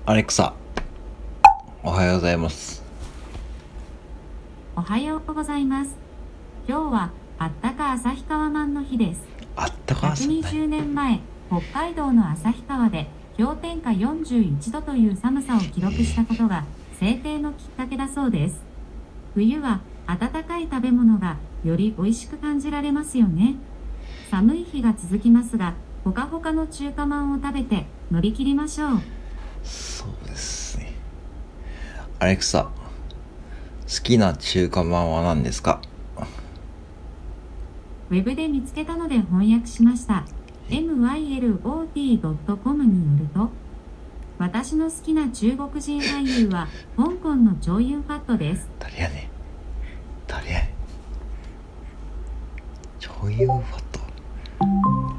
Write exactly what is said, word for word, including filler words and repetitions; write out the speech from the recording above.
アレクサ、おはようございます。 おはようございます。今日はあったか旭川マンの日です。 あったかひゃくにじゅうねんまえ、北海道の旭川で氷点下よんじゅういちどという寒さを記録したことが制定のきっかけだそうです。冬は温かい食べ物がより美味しく感じられますよね。寒い日が続きますが、ほかほかの中華まんを食べて乗り切りましょう。 そうですね。アレクサ、好きな中華まんは何ですか？ ウェブで見つけたので翻訳しました。エムワイエルオーティードットコム によると、私の好きな中国人俳優は香港のチョウ・ユンファットです。 誰やねん誰やねんチョウユンファット。